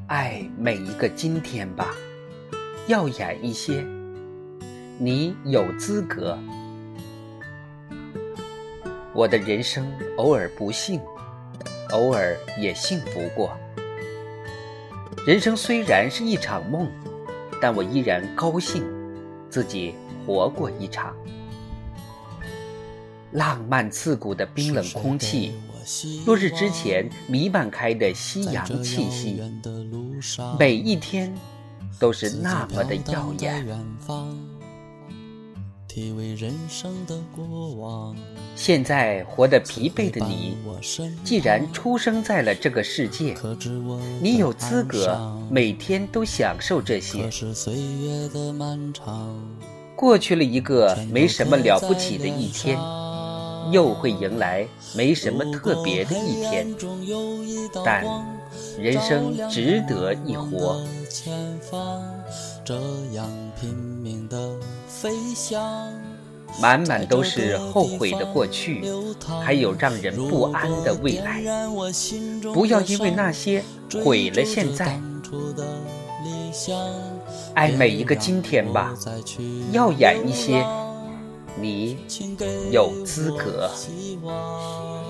爱每一个今天吧，耀眼一些，你有资格。我的人生偶尔不幸，偶尔也幸福过。人生虽然是一场梦，但我依然高兴自己活过一场。浪漫刺骨的冰冷空气，落日之前弥漫开的夕阳气息，每一天都是那么的耀眼。现在活得疲惫的你，既然出生在了这个世界，你有资格每天都享受这些。过去了一个没什么了不起的一天，又会迎来没什么特别的一天，但人生值得一活。满满都是后悔的过去，还有让人不安的未来。不要因为那些毁了现在。爱每一个今天吧，耀眼一些，你有资格。